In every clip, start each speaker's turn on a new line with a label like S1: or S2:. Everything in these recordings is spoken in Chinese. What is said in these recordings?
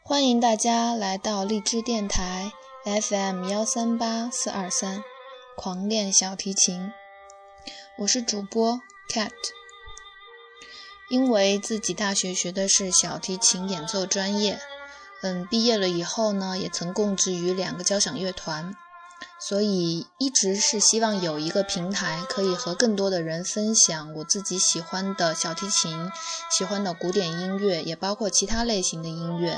S1: 欢迎大家来到荔枝电台 FM138423 狂练小提琴，我是主播 Cat。 因为自己大学学的是小提琴演奏专业，毕业了以后呢，也曾供职于2个交响乐团，所以一直是希望有一个平台可以和更多的人分享我自己喜欢的小提琴，喜欢的古典音乐，也包括其他类型的音乐。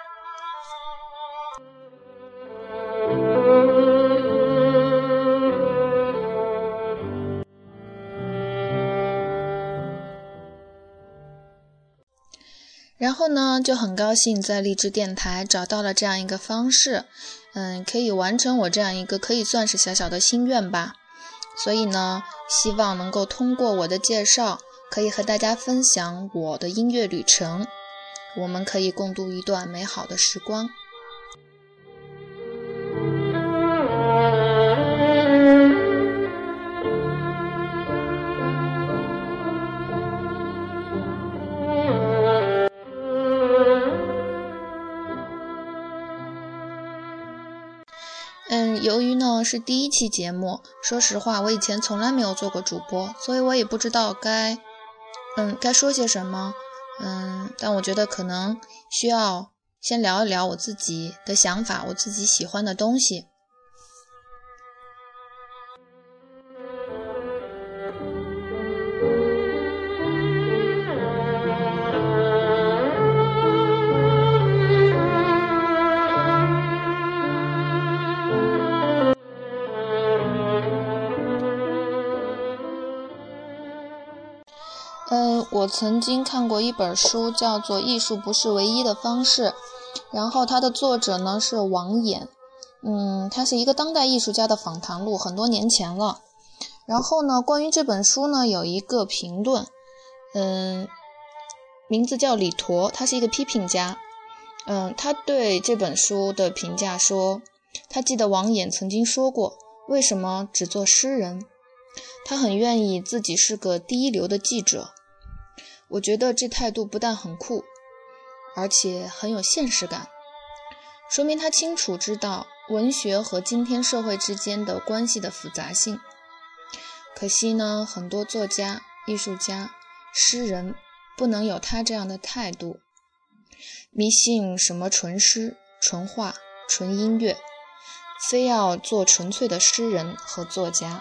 S1: 然后呢，就很高兴在荔枝电台找到了这样一个方式，可以完成我这样一个可以算是小小的心愿吧。所以呢，希望能够通过我的介绍，可以和大家分享我的音乐旅程，我们可以共度一段美好的时光。由于呢是第一期节目，说实话我以前从来没有做过主播，所以我也不知道该说些什么，但我觉得可能需要先聊一聊我自己的想法，我自己喜欢的东西。我曾经看过一本书，叫做《艺术不是唯一的方式》，然后它的作者呢是王衍，他是一个当代艺术家的访谈录，很多年前了。然后呢，关于这本书呢有一个评论，名字叫李陀，他是一个批评家，他对这本书的评价说，他记得王衍曾经说过，为什么只做诗人？他很愿意自己是个第一流的记者。我觉得这态度不但很酷，而且很有现实感，说明他清楚知道文学和今天社会之间的关系的复杂性。可惜呢，很多作家、艺术家、诗人不能有他这样的态度，迷信什么纯诗、纯画、纯音乐，非要做纯粹的诗人和作家。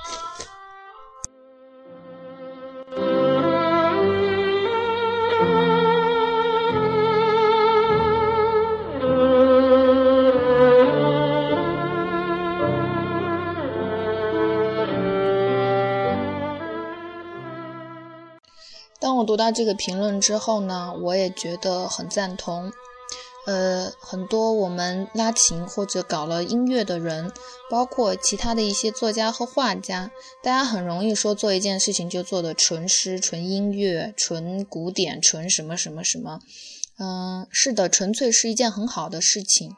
S1: 当我读到这个评论之后呢，我也觉得很赞同。很多我们拉琴或者搞了音乐的人，包括其他的一些作家和画家，大家很容易说做一件事情就做的纯诗、纯音乐、纯古典、纯什么什么什么。是的，纯粹是一件很好的事情。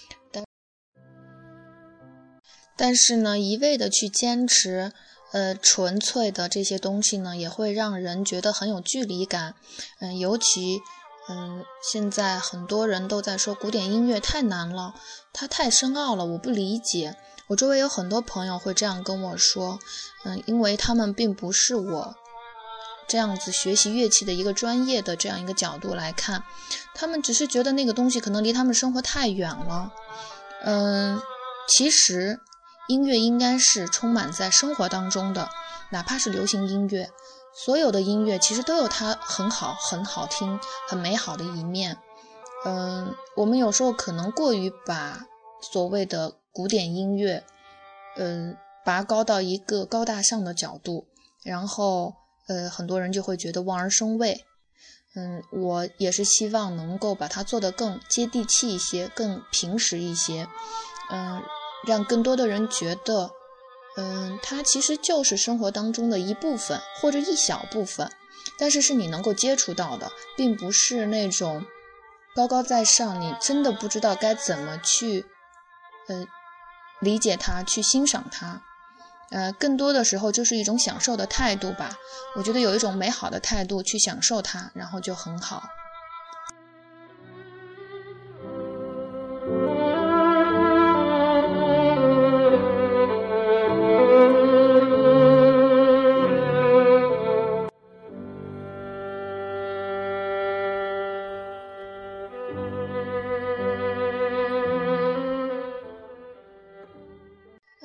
S1: 但是呢，一味的去坚持纯粹的这些东西呢，也会让人觉得很有距离感。尤其现在很多人都在说古典音乐太难了，它太深奥了，我不理解。我周围有很多朋友会这样跟我说，因为他们并不是我这样子学习乐器的一个专业的这样一个角度来看，他们只是觉得那个东西可能离他们生活太远了。其实音乐应该是充满在生活当中的，哪怕是流行音乐，所有的音乐其实都有它很好、很好听、很美好的一面。我们有时候可能过于把所谓的古典音乐拔高到一个高大上的角度，然后很多人就会觉得望而生畏。我也是希望能够把它做得更接地气一些，更平实一些，让更多的人觉得它其实就是生活当中的一部分或者一小部分，但是是你能够接触到的，并不是那种高高在上，你真的不知道该怎么去理解它，去欣赏它。更多的时候就是一种享受的态度吧。我觉得有一种美好的态度去享受它，然后就很好。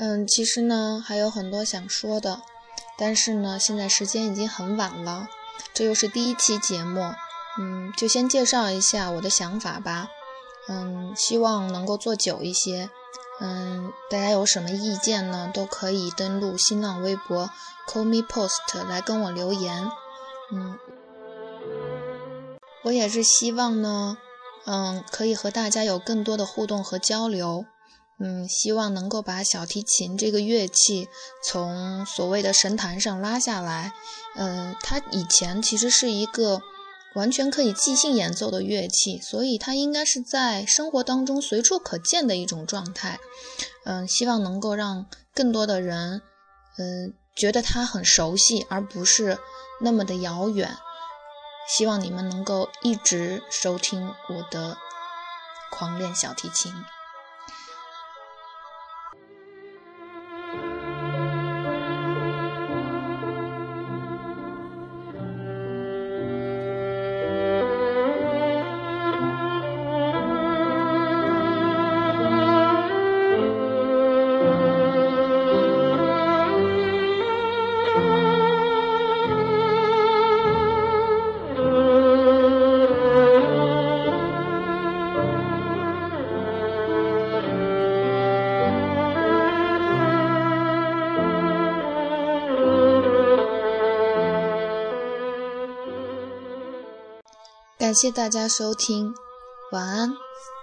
S1: 其实呢还有很多想说的，但是呢现在时间已经很晚了，这又是第一期节目，就先介绍一下我的想法吧。希望能够做久一些。大家有什么意见呢，都可以登录新浪微博 Call Me Post 来跟我留言。我也是希望呢，可以和大家有更多的互动和交流。希望能够把小提琴这个乐器从所谓的神坛上拉下来。它以前其实是一个完全可以即兴演奏的乐器，所以它应该是在生活当中随处可见的一种状态。希望能够让更多的人觉得它很熟悉，而不是那么的遥远。希望你们能够一直收听我的狂练小提琴。感谢大家收听，晚安。